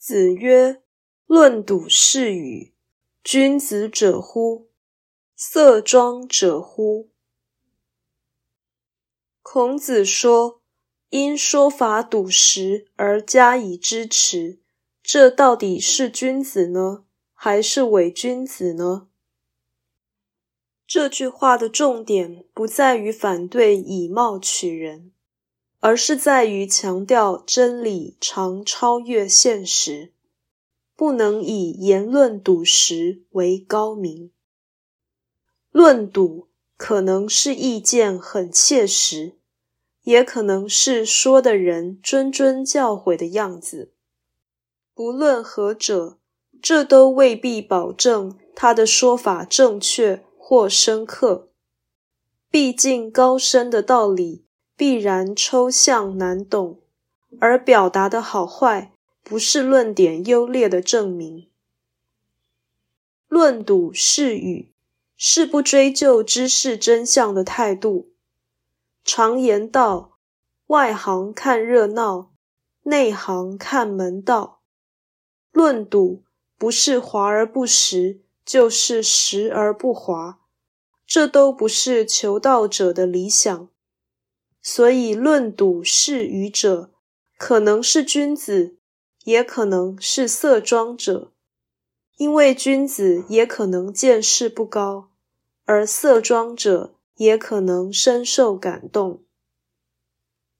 子曰：论笃是与，君子者乎？色庄者乎？孔子说，因说法笃实而加以支持，这到底是君子呢，还是伪君子呢？这句话的重点不在于反对以貌取人，而是在于强调真理常超越现实，不能以言论笃实为高明。论笃可能是意见很切实，也可能是说的人谆谆教诲的样子。不论何者，这都未必保证他的说法正确或深刻。毕竟高深的道理必然抽象难懂，而表达的好坏不是论点优劣的证明。论笃是与，是不追究知识真相的态度。常言道，外行看热闹，内行看门道。论笃不是华而不实，就是实而不华，这都不是求道者的理想。所以论笃是与者，可能是君子，也可能是色庄者。因为君子也可能见识不高，而色庄者也可能深受感动。